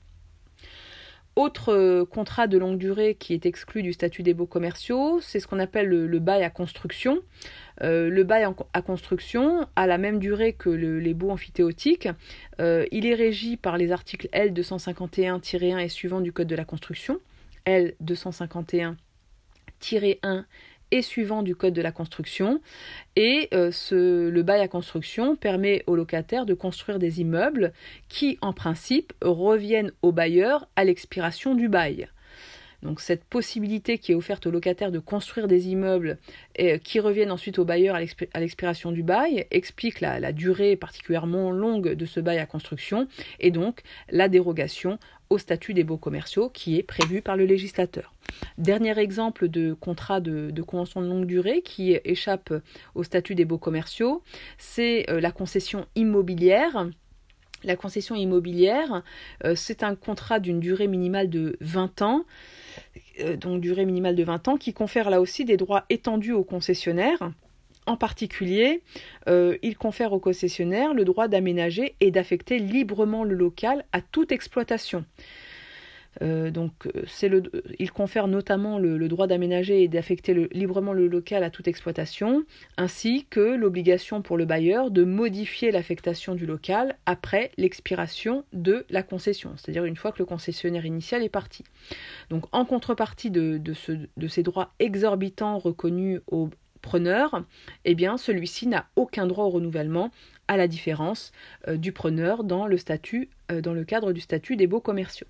Autre contrat de longue durée qui est exclu du statut des baux commerciaux, c'est ce qu'on appelle le, le bail à construction. Euh, le bail en, à construction a la même durée que le, les baux amphithéotiques. Euh, il est régi par les articles L deux cent cinquante et un tiret un et suivants du Code de la construction, L deux cent cinquante et un tiret un et suivant du Code de la construction. Et euh, ce, le bail à construction permet aux locataires de construire des immeubles qui, en principe, reviennent au bailleur à l'expiration du bail. Donc cette possibilité qui est offerte aux locataires de construire des immeubles et qui reviennent ensuite au bailleur à, l'expi- à l'expiration du bail explique la, la durée particulièrement longue de ce bail à construction et donc la dérogation au statut des baux commerciaux qui est prévu par le législateur. Dernier exemple de contrat de, de convention de longue durée qui échappe au statut des baux commerciaux, c'est euh, la concession immobilière. La concession immobilière, euh, c'est un contrat d'une durée minimale de vingt ans, euh, donc durée minimale de vingt ans, qui confère là aussi des droits étendus aux concessionnaires. En particulier, euh, il confère aux concessionnaires le droit d'aménager et d'affecter librement le local à toute exploitation. Euh, donc, c'est le, il confère notamment le, le droit d'aménager et d'affecter le, librement le local à toute exploitation, ainsi que l'obligation pour le bailleur de modifier l'affectation du local après l'expiration de la concession, c'est-à-dire une fois que le concessionnaire initial est parti. Donc, en contrepartie de, de, ce, de ces droits exorbitants reconnus au preneur, eh bien, celui-ci n'a aucun droit au renouvellement, à la différence euh, du preneur dans le statut, euh, dans le cadre du statut des baux commerciaux.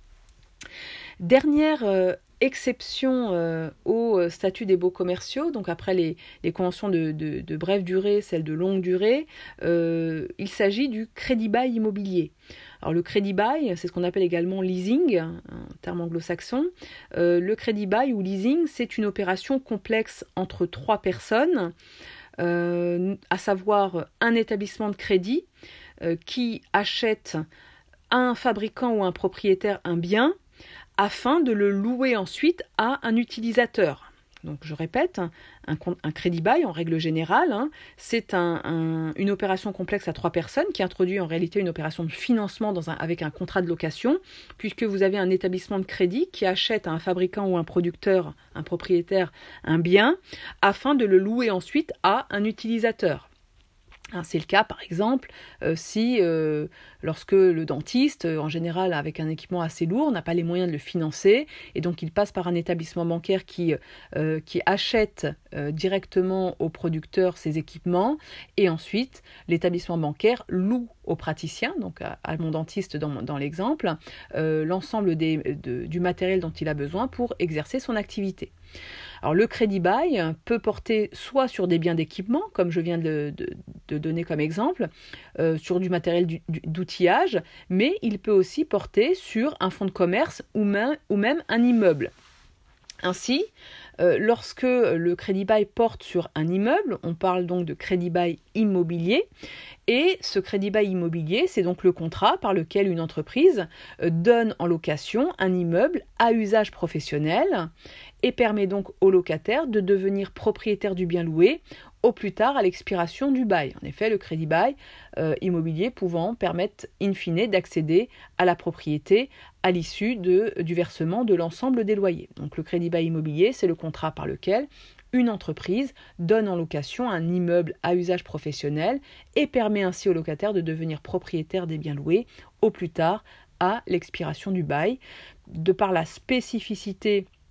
Dernière euh, exception euh, au statut des baux commerciaux, donc après les, les conventions de, de, de brève durée, celles de longue durée, euh, il s'agit du crédit-bail immobilier. Alors le crédit-bail, c'est ce qu'on appelle également leasing, un terme anglo-saxon. Euh, le crédit-bail ou leasing, c'est une opération complexe entre trois personnes, euh, à savoir un établissement de crédit euh, qui achète à un fabricant ou un propriétaire un bien afin de le louer ensuite à un utilisateur. Donc je répète, un, un crédit-bail en règle générale, hein, c'est un, un, une opération complexe à trois personnes qui introduit en réalité une opération de financement dans un, avec un contrat de location, puisque vous avez un établissement de crédit qui achète à un fabricant ou un producteur, un propriétaire, un bien, afin de le louer ensuite à un utilisateur. C'est le cas, par exemple, euh, si euh, lorsque le dentiste, euh, en général avec un équipement assez lourd, n'a pas les moyens de le financer, et donc il passe par un établissement bancaire qui, euh, qui achète euh, directement au producteur ses équipements, et ensuite l'établissement bancaire loue au praticien, donc à, à mon dentiste dans, dans l'exemple, euh, l'ensemble des, de, du matériel dont il a besoin pour exercer son activité. Alors le crédit-bail peut porter soit sur des biens d'équipement, comme je viens de, de, de donner comme exemple, euh, sur du matériel du, du, d'outillage, mais il peut aussi porter sur un fonds de commerce ou même, ou même un immeuble. Ainsi, euh, lorsque le crédit-bail porte sur un immeuble, on parle donc de crédit-bail immobilier, et ce crédit-bail immobilier, c'est donc le contrat par lequel une entreprise euh, donne en location un immeuble à usage professionnel et permet donc au locataire de devenir propriétaire du bien loué au plus tard à l'expiration du bail. En effet, le crédit-bail euh, immobilier pouvant permettre in fine d'accéder à la propriété à l'issue de, du versement de l'ensemble des loyers. Donc le crédit-bail immobilier, c'est le contrat par lequel une entreprise donne en location un immeuble à usage professionnel et permet ainsi au locataire de devenir propriétaire des biens loués au plus tard à l'expiration du bail. De par la spécificité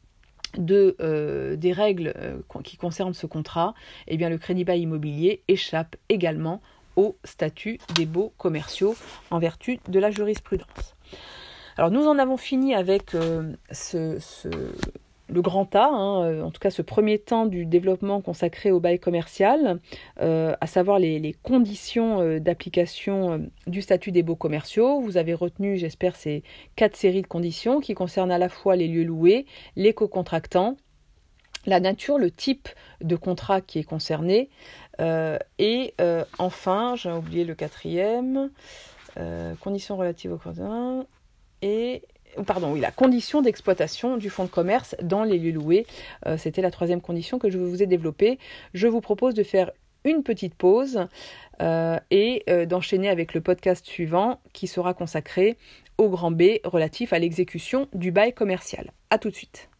de, euh, des règles euh, qui concernent ce contrat, eh bien, le crédit bail immobilier échappe également au statut des baux commerciaux en vertu de la jurisprudence. Alors nous en avons fini avec euh, ce, ce, le grand A, hein, en tout cas ce premier temps du développement consacré au bail commercial, euh, à savoir les, les conditions euh, d'application euh, du statut des baux commerciaux. Vous avez retenu, j'espère, ces quatre séries de conditions qui concernent à la fois les lieux loués, les co-contractants, la nature, le type de contrat qui est concerné, euh, et euh, enfin, j'ai oublié le quatrième, euh, conditions relatives au contrat, et pardon, oui, la condition d'exploitation du fonds de commerce dans les lieux loués. Euh, c'était la troisième condition que je vous ai développée. Je vous propose de faire une petite pause euh, et euh, d'enchaîner avec le podcast suivant qui sera consacré au grand B relatif à l'exécution du bail commercial. À tout de suite.